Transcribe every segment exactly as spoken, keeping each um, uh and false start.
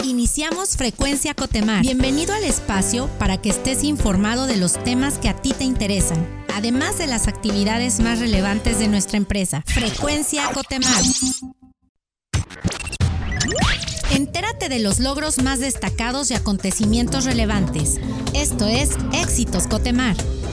Iniciamos Frecuencia Cotemar. Bienvenido al espacio para que estés informado de los temas que a ti te interesan, además de las actividades más relevantes de nuestra empresa. Frecuencia Cotemar. Entérate de los logros más destacados y acontecimientos relevantes. Esto es Éxitos Cotemar.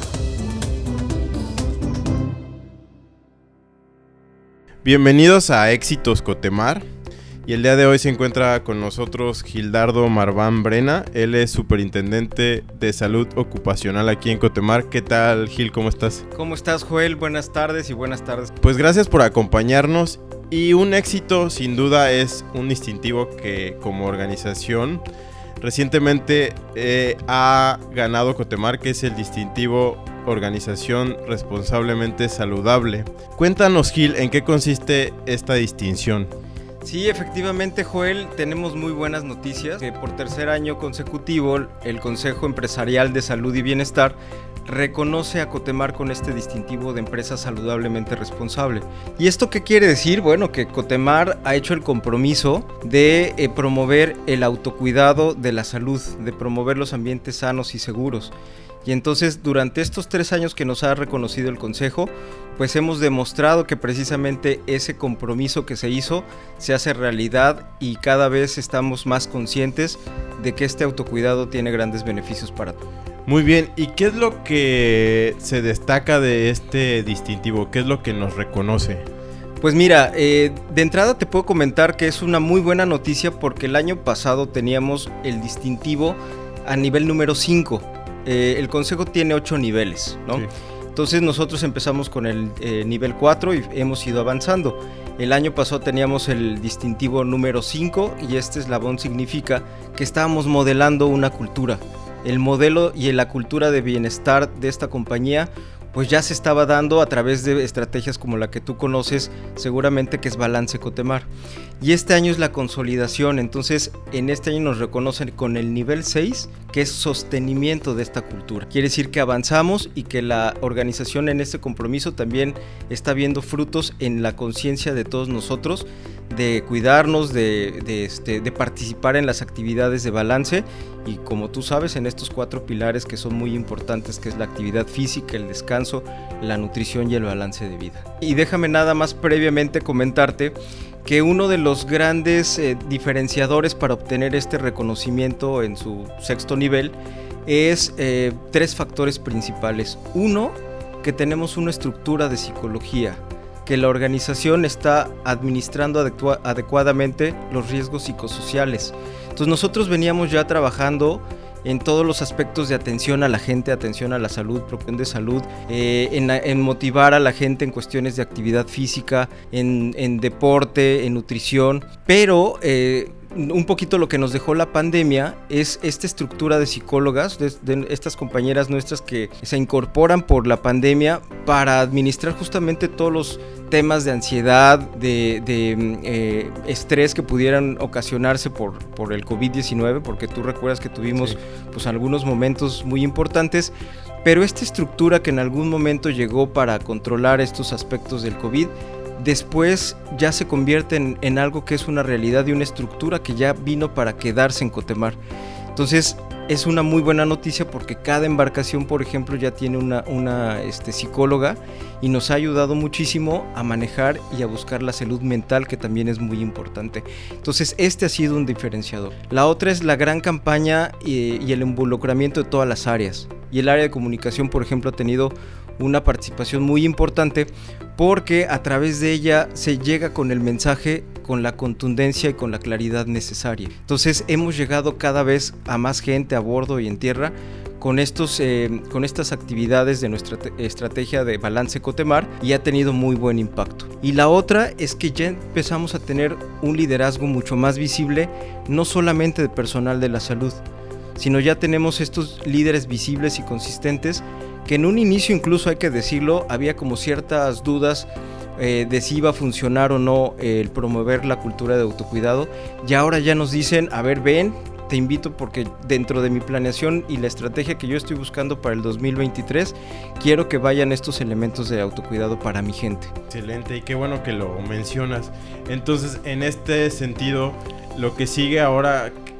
Bienvenidos a Éxitos Cotemar. Y el día de hoy se encuentra con nosotros Gildardo Marván Brena. Él es superintendente de salud ocupacional aquí en Cotemar. ¿Qué tal, Gil? ¿Cómo estás? ¿Cómo estás, Joel? Buenas tardes y buenas tardes. Pues gracias por acompañarnos. Y un éxito, sin duda, es un distintivo que como organización recientemente eh, ha ganado Cotemar, que es el distintivo Organización Responsablemente Saludable. Cuéntanos, Gil, ¿en qué consiste esta distinción? Sí, efectivamente, Joel, tenemos muy buenas noticias, que por tercer año consecutivo el Consejo Empresarial de Salud y Bienestar reconoce a Cotemar con este distintivo de empresa saludablemente responsable. ¿Y esto qué quiere decir? Bueno, que Cotemar ha hecho el compromiso de eh, promover el autocuidado de la salud, de promover los ambientes sanos y seguros. Y entonces, durante estos tres años que nos ha reconocido el Consejo, pues hemos demostrado que precisamente ese compromiso que se hizo se hace realidad y cada vez estamos más conscientes de que este autocuidado tiene grandes beneficios para todos. Muy bien, ¿y qué es lo que se destaca de este distintivo? ¿Qué es lo que nos reconoce? Pues mira, eh, de entrada te puedo comentar que es una muy buena noticia porque el año pasado teníamos el distintivo a nivel número cinco. Eh, el Consejo tiene ocho niveles, ¿no? Sí. Entonces nosotros empezamos con el eh, nivel cuatro y hemos ido avanzando. El año pasado teníamos el distintivo número cinco y este eslabón significa que estábamos modelando una cultura. El modelo y la cultura de bienestar de esta compañía pues ya se estaba dando a través de estrategias como la que tú conoces seguramente, que es Balance Cotemar. Y este año es la consolidación, entonces en este año nos reconocen con el nivel seis, que es sostenimiento de esta cultura. Quiere decir que avanzamos y que la organización en este compromiso también está viendo frutos en la conciencia de todos nosotros, de cuidarnos, de, de, este, de participar en las actividades de balance y, como tú sabes, en estos cuatro pilares que son muy importantes, que es la actividad física, el descanso, la nutrición y el balance de vida. Y déjame nada más previamente comentarte que uno de los grandes eh, diferenciadores para obtener este reconocimiento en su sexto nivel es eh, tres factores principales. Uno, que tenemos una estructura de psicología, que la organización está administrando adecua- adecuadamente los riesgos psicosociales. Entonces nosotros veníamos ya trabajando en todos los aspectos de atención a la gente, atención a la salud, promoción de salud, eh, en, en motivar a la gente en cuestiones de actividad física, en, en deporte, en nutrición, pero eh, un poquito lo que nos dejó la pandemia es esta estructura de psicólogas, de, de estas compañeras nuestras que se incorporan por la pandemia para administrar justamente todos los temas de ansiedad, de, de eh, estrés que pudieran ocasionarse por, por el covid diecinueve, porque tú recuerdas que tuvimos sí. pues algunos momentos muy importantes, pero esta estructura que en algún momento llegó para controlar estos aspectos del COVID, después ya se convierte en, en algo que es una realidad y una estructura que ya vino para quedarse en Cotemar. Entonces es una muy buena noticia porque cada embarcación, por ejemplo, ya tiene una, una este, psicóloga y nos ha ayudado muchísimo a manejar y a buscar la salud mental, que también es muy importante. Entonces este ha sido un diferenciador. La otra es la gran campaña y, y el involucramiento de todas las áreas. Y el área de comunicación, por ejemplo, ha tenido una participación muy importante porque a través de ella se llega con el mensaje con la contundencia y con la claridad necesaria. Entonces hemos llegado cada vez a más gente a bordo y en tierra con, estos, eh, con estas actividades de nuestra estrategia de Balance Cotemar y ha tenido muy buen impacto. Y la otra es que ya empezamos a tener un liderazgo mucho más visible, no solamente de personal de la salud, sino ya tenemos estos líderes visibles y consistentes que en un inicio, incluso hay que decirlo, había como ciertas dudas eh, de si iba a funcionar o no eh, el promover la cultura de autocuidado, y ahora ya nos dicen, a ver, ven, te invito porque dentro de mi planeación y la estrategia que yo estoy buscando para el dos mil veintitrés, quiero que vayan estos elementos de autocuidado para mi gente. Excelente, y qué bueno que lo mencionas. Entonces, en este sentido, lo que sigue ahora,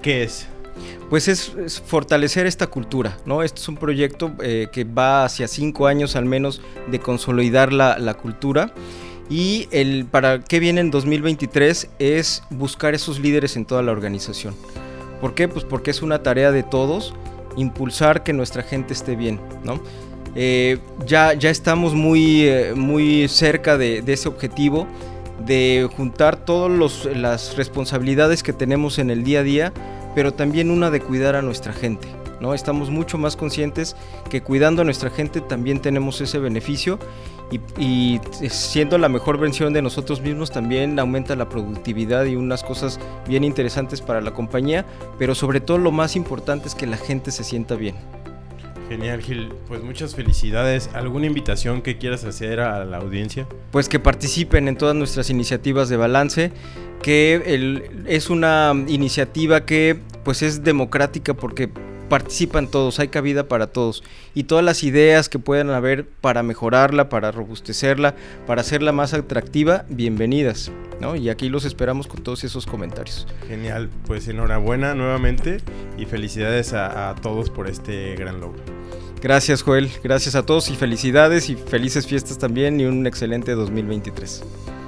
¿qué es? Pues es, es fortalecer esta cultura, ¿no? Este es un proyecto eh, que va hacia cinco años al menos de consolidar la, la cultura. Y el para qué viene en dos mil veintitrés es buscar esos líderes en toda la organización. ¿Por qué? Pues porque es una tarea de todos impulsar que nuestra gente esté bien, ¿no? Eh, ya, ya estamos muy, eh, muy cerca de, de ese objetivo de juntar todas las responsabilidades que tenemos en el día a día, pero también una de cuidar a nuestra gente, ¿no? Estamos mucho más conscientes que cuidando a nuestra gente también tenemos ese beneficio y, y siendo la mejor versión de nosotros mismos también aumenta la productividad y unas cosas bien interesantes para la compañía, pero sobre todo lo más importante es que la gente se sienta bien. Genial, Gil. Pues muchas felicidades. ¿Alguna invitación que quieras hacer a la audiencia? Pues que participen en todas nuestras iniciativas de balance, que el, es una iniciativa que pues es democrática porque participan todos, hay cabida para todos y todas las ideas que puedan haber para mejorarla, para robustecerla, para hacerla más atractiva, bienvenidas, ¿no? Y aquí los esperamos con todos esos comentarios. Genial, pues enhorabuena nuevamente y felicidades a, a todos por este gran logro. Gracias, Joel, gracias a todos y felicidades y felices fiestas también y un excelente dos mil veintitrés.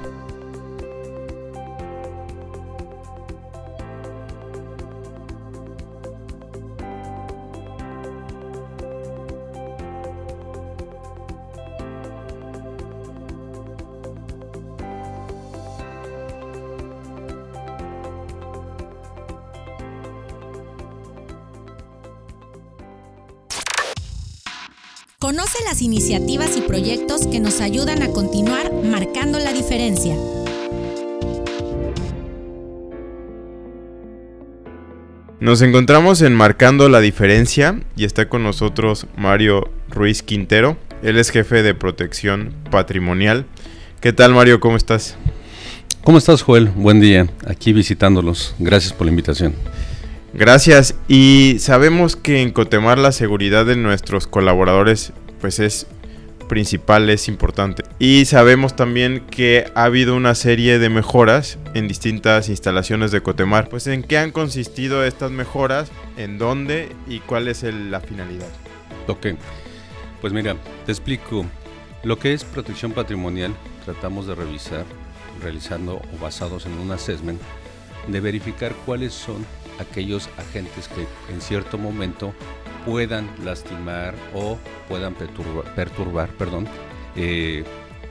Conoce las iniciativas y proyectos que nos ayudan a continuar marcando la diferencia. Nos encontramos en Marcando la Diferencia y está con nosotros Mario Ruiz Quintero. Él es jefe de protección patrimonial. ¿Qué tal, Mario? ¿Cómo estás? ¿Cómo estás, Joel? Buen día, aquí visitándolos. Gracias por la invitación. Gracias, y sabemos que en Cotemar la seguridad de nuestros colaboradores pues es principal, es importante. Y sabemos también que ha habido una serie de mejoras en distintas instalaciones de Cotemar. Pues ¿en qué han consistido estas mejoras? ¿En dónde? ¿Y cuál es el, la finalidad? Ok, pues mira, te explico. Lo que es protección patrimonial, tratamos de revisar, realizando o basados en un assessment, de verificar cuáles son aquellos agentes que en cierto momento puedan lastimar o puedan perturbar, perturbar perdón, eh,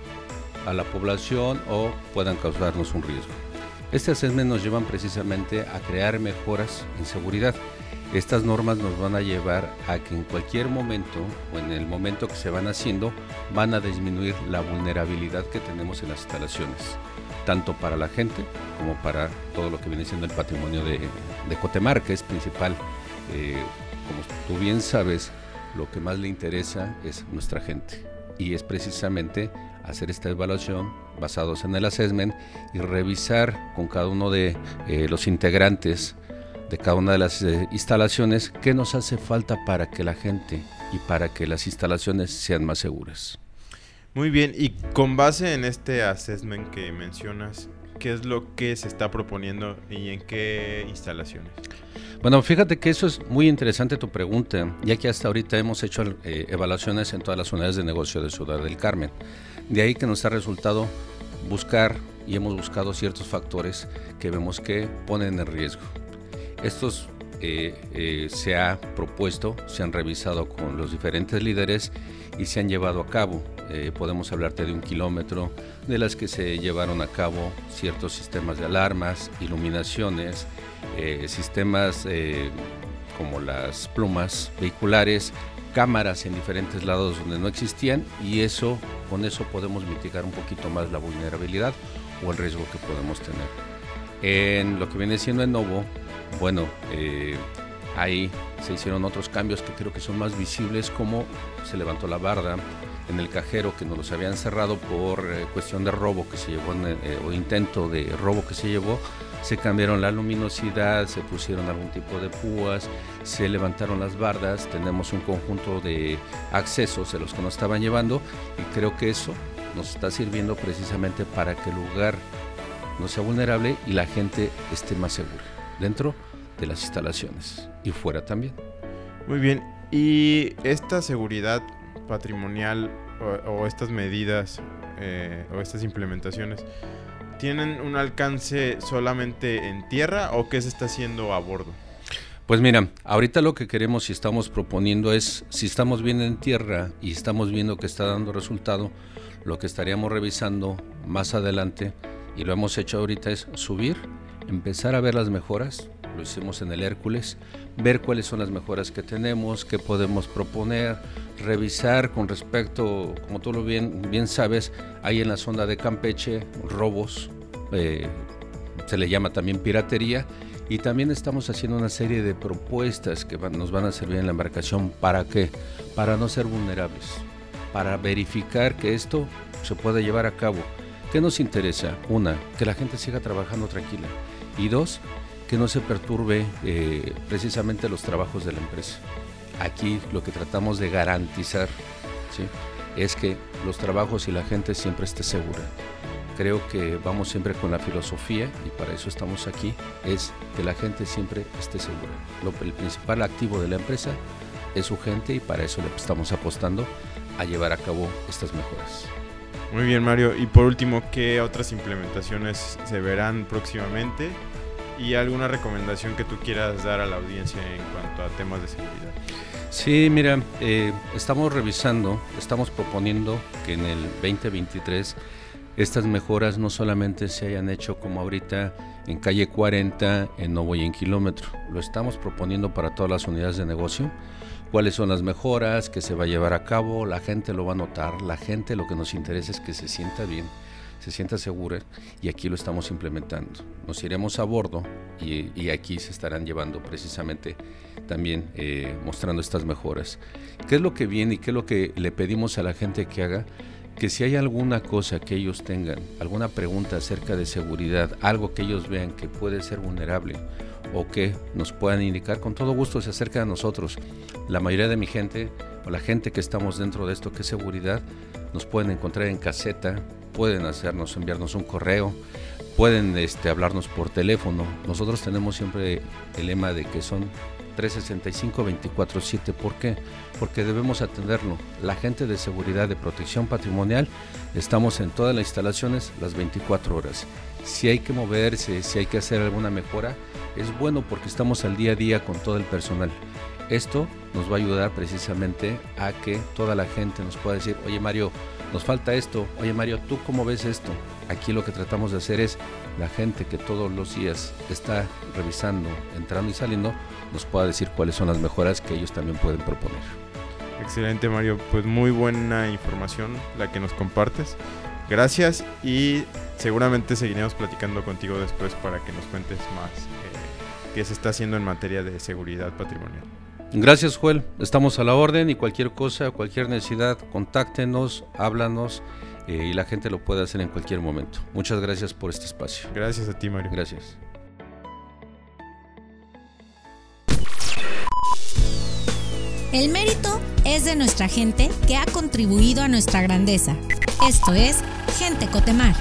a la población o puedan causarnos un riesgo. Este assessment nos llevan precisamente a crear mejoras en seguridad. Estas normas nos van a llevar a que en cualquier momento o en el momento que se van haciendo van a disminuir la vulnerabilidad que tenemos en las instalaciones, tanto para la gente como para todo lo que viene siendo el patrimonio de, de Cotemar, que es principal. Eh, como tú bien sabes, lo que más le interesa es nuestra gente y es precisamente hacer esta evaluación basados en el assessment y revisar con cada uno de eh, los integrantes de cada una de las eh, instalaciones qué nos hace falta para que la gente y para que las instalaciones sean más seguras. Muy bien, y con base en este assessment que mencionas, ¿qué es lo que se está proponiendo y en qué instalaciones? Bueno, fíjate que eso es muy interesante tu pregunta, ya que hasta ahorita hemos hecho eh, evaluaciones en todas las unidades de negocio de Ciudad del Carmen. De ahí que nos ha resultado buscar y hemos buscado ciertos factores que vemos que ponen en riesgo. Estos eh, eh, se ha propuesto, se han revisado con los diferentes líderes y se han llevado a cabo. Eh, podemos hablarte de un kilómetro, de las que se llevaron a cabo ciertos sistemas de alarmas, iluminaciones, eh, sistemas eh, como las plumas vehiculares, cámaras en diferentes lados donde no existían, y eso, con eso podemos mitigar un poquito más la vulnerabilidad o el riesgo que podemos tener. En lo que viene siendo el Novo, bueno, eh, ahí se hicieron otros cambios que creo que son más visibles, como se levantó la barda en el cajero que nos los habían cerrado por eh, cuestión de robo que se llevó en, eh, o intento de robo que se llevó. Se cambiaron la luminosidad, se pusieron algún tipo de púas, se levantaron las bardas, tenemos un conjunto de accesos de los que nos estaban llevando, y creo que eso nos está sirviendo precisamente para que el lugar no sea vulnerable y la gente esté más segura dentro de las instalaciones y fuera también. Muy bien, y esta seguridad patrimonial o, o estas medidas eh, o estas implementaciones, ¿tienen un alcance solamente en tierra o qué se está haciendo a bordo? Pues mira, ahorita lo que queremos y estamos proponiendo es, si estamos bien en tierra y estamos viendo que está dando resultado, lo que estaríamos revisando más adelante, y lo hemos hecho ahorita, es subir, empezar a ver las mejoras. Lo hicimos en el Hércules, ver cuáles son las mejoras que tenemos, qué podemos proponer, revisar con respecto, como tú lo bien, bien sabes, hay en la zona de Campeche robos, eh, se le llama también piratería, y también estamos haciendo una serie de propuestas que van, nos van a servir en la embarcación. ¿Para qué? Para no ser vulnerables, para verificar que esto se pueda llevar a cabo. ¿Qué nos interesa? Una, que la gente siga trabajando tranquila, y dos, que no se perturbe eh, precisamente los trabajos de la empresa. Aquí lo que tratamos de garantizar, ¿sí?, es que los trabajos y la gente siempre esté segura. Creo que vamos siempre con la filosofía, y para eso estamos aquí, es que la gente siempre esté segura. Lo, el principal activo de la empresa es su gente, y para eso le estamos apostando a llevar a cabo estas mejoras. Muy bien, Mario. Y por último, ¿qué otras implementaciones se verán próximamente? ¿Y alguna recomendación que tú quieras dar a la audiencia en cuanto a temas de seguridad? Sí, mira, eh, estamos revisando, estamos proponiendo que en el veinte veintitrés estas mejoras no solamente se hayan hecho como ahorita en calle cuarenta, en Novo y en Kilómetro. Lo estamos proponiendo para todas las unidades de negocio. ¿Cuáles son las mejoras que se va a llevar a cabo? La gente lo va a notar. La gente, lo que nos interesa es que se sienta bien, se sienta segura, y aquí lo estamos implementando. Nos iremos a bordo y, y aquí se estarán llevando precisamente también eh, mostrando estas mejoras. ¿Qué es lo que viene y qué es lo que le pedimos a la gente que haga? Que si hay alguna cosa que ellos tengan, alguna pregunta acerca de seguridad, algo que ellos vean que puede ser vulnerable o que nos puedan indicar, con todo gusto se acercan a nosotros. La mayoría de mi gente o la gente que estamos dentro de esto que es seguridad, nos pueden encontrar en caseta, pueden hacernos, enviarnos un correo, pueden este, hablarnos por teléfono. Nosotros tenemos siempre el lema de que son trescientos sesenta y cinco, veinticuatro siete. ¿Por qué? Porque debemos atenderlo. La gente de seguridad, de protección patrimonial, estamos en todas las instalaciones las veinticuatro horas. Si hay que moverse, si hay que hacer alguna mejora, es bueno porque estamos al día a día con todo el personal. Esto nos va a ayudar precisamente a que toda la gente nos pueda decir, oye Mario, nos falta esto, oye Mario, ¿tú cómo ves esto? Aquí lo que tratamos de hacer es la gente que todos los días está revisando, entrando y saliendo, nos pueda decir cuáles son las mejoras que ellos también pueden proponer. Excelente, Mario, pues muy buena información la que nos compartes. Gracias, y seguramente seguiremos platicando contigo después para que nos cuentes más eh, qué se está haciendo en materia de seguridad patrimonial. Gracias, Joel. Estamos a la orden, y cualquier cosa, cualquier necesidad, contáctenos, háblanos, eh, y la gente lo puede hacer en cualquier momento. Muchas gracias por este espacio. Gracias a ti, Mario. Gracias. El mérito es de nuestra gente que ha contribuido a nuestra grandeza. Esto es Gente Cotemar.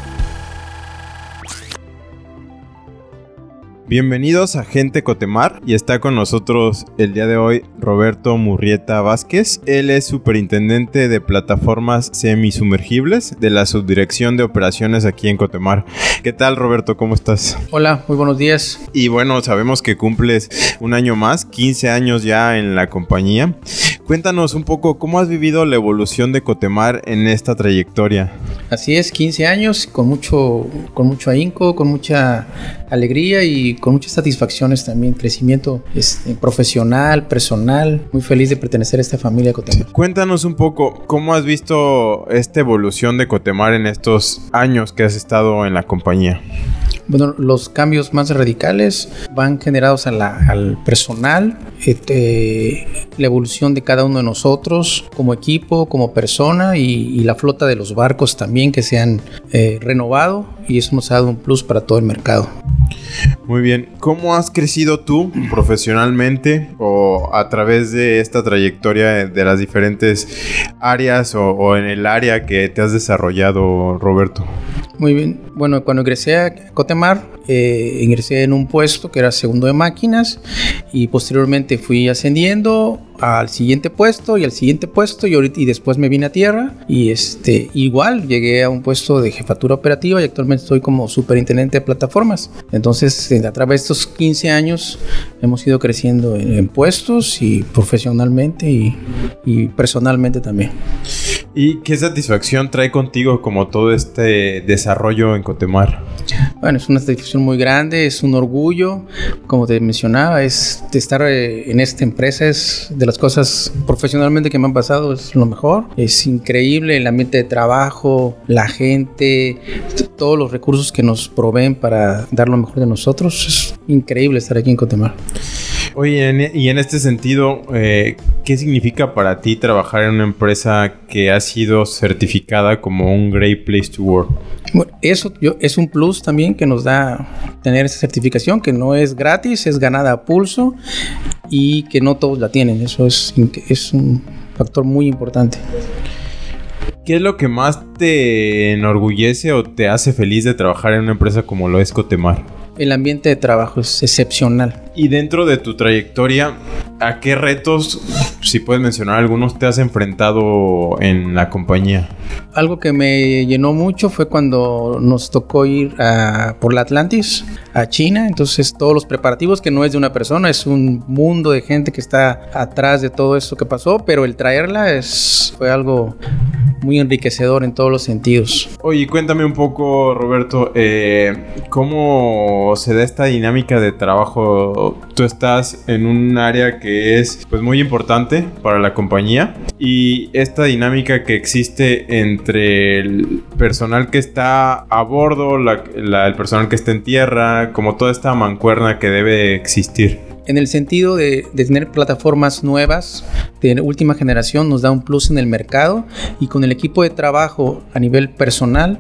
Bienvenidos a Gente Cotemar, y está con nosotros el día de hoy Roberto Murrieta Vázquez. Él es superintendente de plataformas semisumergibles de la Subdirección de Operaciones aquí en Cotemar. ¿Qué tal, Roberto? ¿Cómo estás? Hola, muy buenos días. Y bueno, sabemos que cumples un año más, quince años ya en la compañía. Cuéntanos un poco cómo has vivido la evolución de Cotemar en esta trayectoria. Así es, quince años con mucho, con mucho ahínco, con mucha alegría y con muchas satisfacciones también, crecimiento este, profesional, personal, muy feliz de pertenecer a esta familia Cotemar. Cuéntanos un poco, ¿cómo has visto esta evolución de Cotemar en estos años que has estado en la compañía? Bueno, los cambios más radicales van generados a la, al personal, este, la evolución de cada uno de nosotros como equipo, como persona, y, y la flota de los barcos también que se han eh, renovado, y eso nos ha dado un plus para todo el mercado. Muy bien. ¿Cómo has crecido tú profesionalmente o a través de esta trayectoria de las diferentes áreas o, o en el área que te has desarrollado, Roberto? Muy bien. Bueno, cuando ingresé a Cotemar, eh, ingresé en un puesto que era segundo de máquinas y posteriormente fui ascendiendo al siguiente puesto y al siguiente puesto y, ahorita, y después me vine a tierra y este, igual llegué a un puesto de jefatura operativa y actualmente estoy como superintendente de plataformas. Entonces, a través de estos quince años hemos ido creciendo en, en puestos y profesionalmente y, y personalmente también. ¿Y qué satisfacción trae contigo como todo este desarrollo en Cotemar? Bueno, es una satisfacción muy grande, es un orgullo, como te mencionaba, es de estar eh, en esta empresa, es de las cosas profesionalmente que me han pasado, es lo mejor. Es increíble el ambiente de trabajo, la gente, t- todos los recursos que nos proveen para dar lo mejor de nosotros. Es increíble estar aquí en Cotemar. Oye, en, y en este sentido, eh, ¿qué significa para ti trabajar en una empresa que ha sido certificada como un Great Place to Work? Bueno, eso yo, es un plus también que nos da tener esa certificación, que no es gratis, es ganada a pulso y que no todos la tienen. Eso es, es un factor muy importante. ¿Qué es lo que más te enorgullece o te hace feliz de trabajar en una empresa como lo es Cotemar? El ambiente de trabajo es excepcional. Y dentro de tu trayectoria, ¿a qué retos, si puedes mencionar algunos, te has enfrentado en la compañía? Algo que me llenó mucho fue cuando nos tocó ir a, por la Atlantis a China. Entonces todos los preparativos, que no es de una persona, es un mundo de gente que está atrás de todo esto que pasó, pero el traerla es, fue algo muy enriquecedor en todos los sentidos. Oye, cuéntame un poco, Roberto, eh, ¿cómo se da esta dinámica de trabajo? Tú estás en un área que es pues muy importante para la compañía y esta dinámica que existe entre el personal que está a bordo, la, la, el personal que está en tierra, como toda esta mancuerna que debe existir. En el sentido de, de tener plataformas nuevas de última generación, nos da un plus en el mercado, y con el equipo de trabajo a nivel personal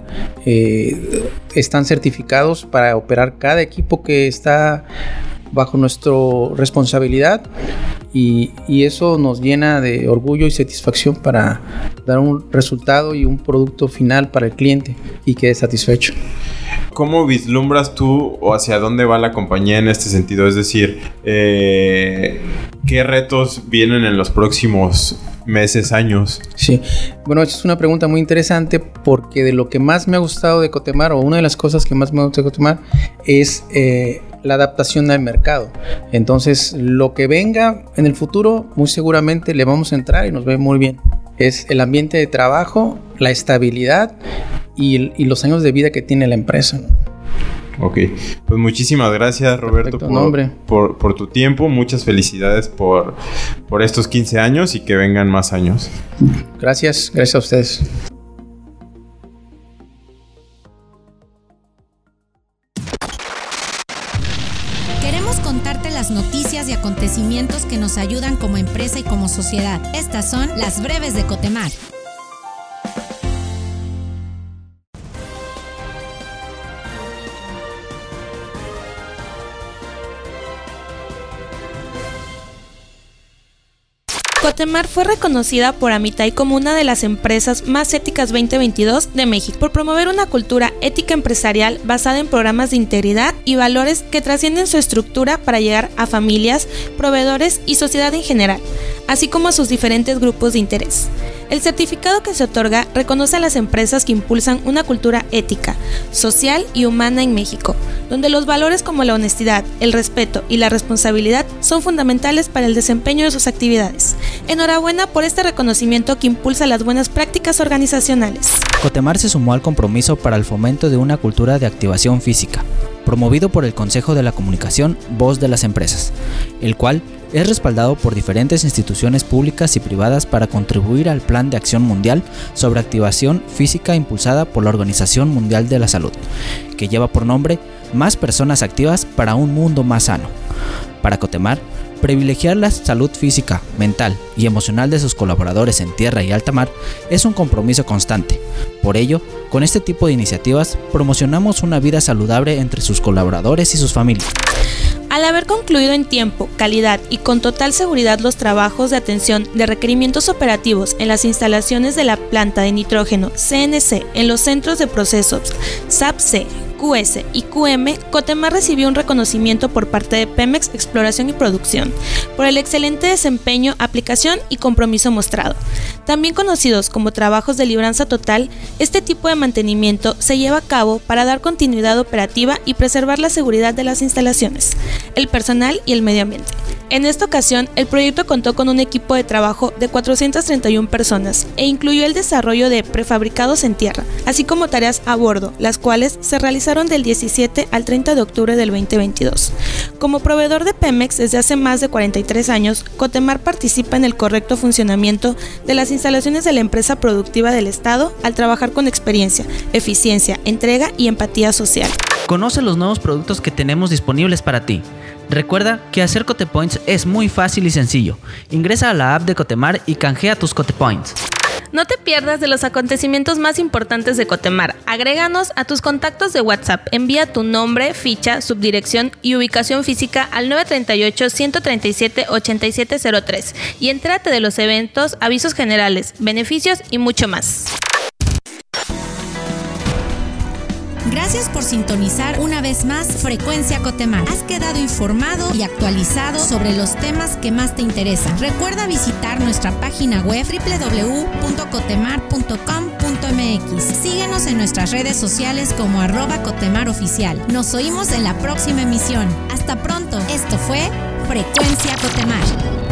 eh, están certificados para operar cada equipo que está bajo nuestra responsabilidad, y, y eso nos llena de orgullo y satisfacción para dar un resultado y un producto final para el cliente y quede satisfecho. ¿Cómo vislumbras tú o hacia dónde va la compañía en este sentido? Es decir, eh, ¿qué retos vienen en los próximos meses, años? Sí, bueno, esta es una pregunta muy interesante, porque de lo que más me ha gustado de Cotemar, o una de las cosas que más me gusta de Cotemar, es eh, la adaptación al mercado. Entonces, lo que venga en el futuro, muy seguramente le vamos a entrar y nos ve muy bien. Es el ambiente de trabajo, la estabilidad y, y los años de vida que tiene la empresa. Ok, pues muchísimas gracias, Roberto, Perfecto, por, no, por, por tu tiempo. Muchas felicidades por, por estos quince años y que vengan más años. Gracias, gracias a ustedes. Queremos contarte las noticias y acontecimientos que nos ayudan como empresa y como sociedad. Estas son las breves de Cotemar. Cotemar fue reconocida por Amitay como una de las empresas más éticas veinte veintidós de México por promover una cultura ética empresarial basada en programas de integridad y valores que trascienden su estructura para llegar a familias, proveedores y sociedad en general, así como a sus diferentes grupos de interés. El certificado que se otorga reconoce a las empresas que impulsan una cultura ética, social y humana en México, donde los valores como la honestidad, el respeto y la responsabilidad son fundamentales para el desempeño de sus actividades. Enhorabuena por este reconocimiento que impulsa las buenas prácticas organizacionales. Cotemar se sumó al compromiso para el fomento de una cultura de activación física, promovido por el Consejo de la Comunicación Voz de las Empresas, el cual es respaldado por diferentes instituciones públicas y privadas para contribuir al Plan de Acción Mundial sobre Activación Física impulsada por la Organización Mundial de la Salud, que lleva por nombre Más personas activas para un mundo más sano. Para Cotemar, Privilegiar la salud física, mental y emocional de sus colaboradores en tierra y alta mar es un compromiso constante. Por ello, con este tipo de iniciativas promocionamos una vida saludable entre sus colaboradores y sus familias. Al haber concluido en tiempo, calidad y con total seguridad los trabajos de atención de requerimientos operativos en las instalaciones de la planta de nitrógeno C N C en los centros de procesos S A P C, Q S y Q M, Cotemar recibió un reconocimiento por parte de Pemex Exploración y Producción por el excelente desempeño, aplicación y compromiso mostrado. También conocidos como trabajos de libranza total, este tipo de mantenimiento se lleva a cabo para dar continuidad operativa y preservar la seguridad de las instalaciones, el personal y el medio ambiente. En esta ocasión, el proyecto contó con un equipo de trabajo de cuatrocientas treinta y una personas e incluyó el desarrollo de prefabricados en tierra, así como tareas a bordo, las cuales se realizaron del diecisiete al treinta de octubre del veinte veintidós. Como proveedor de Pemex desde hace más de cuarenta y tres años, Cotemar participa en el correcto funcionamiento de las instalaciones de la empresa productiva del Estado al trabajar con experiencia, eficiencia, entrega y empatía social. Conoce los nuevos productos que tenemos disponibles para ti. Recuerda que hacer Cotepoints es muy fácil y sencillo. Ingresa a la app de Cotemar y canjea tus Cotepoints. No te pierdas de los acontecimientos más importantes de Cotemar. Agréganos a tus contactos de WhatsApp. Envía tu nombre, ficha, subdirección y ubicación física al nueve tres ocho, uno tres siete, ocho siete cero tres y entérate de los eventos, avisos generales, beneficios y mucho más. Gracias por sintonizar una vez más Frecuencia Cotemar. Has quedado informado y actualizado sobre los temas que más te interesan. Recuerda visitar nuestra página web doble u doble u doble u punto cotemar punto com punto m x. Síguenos en nuestras redes sociales como arroba Cotemar Oficial. Nos oímos en la próxima emisión. Hasta pronto. Esto fue Frecuencia Cotemar.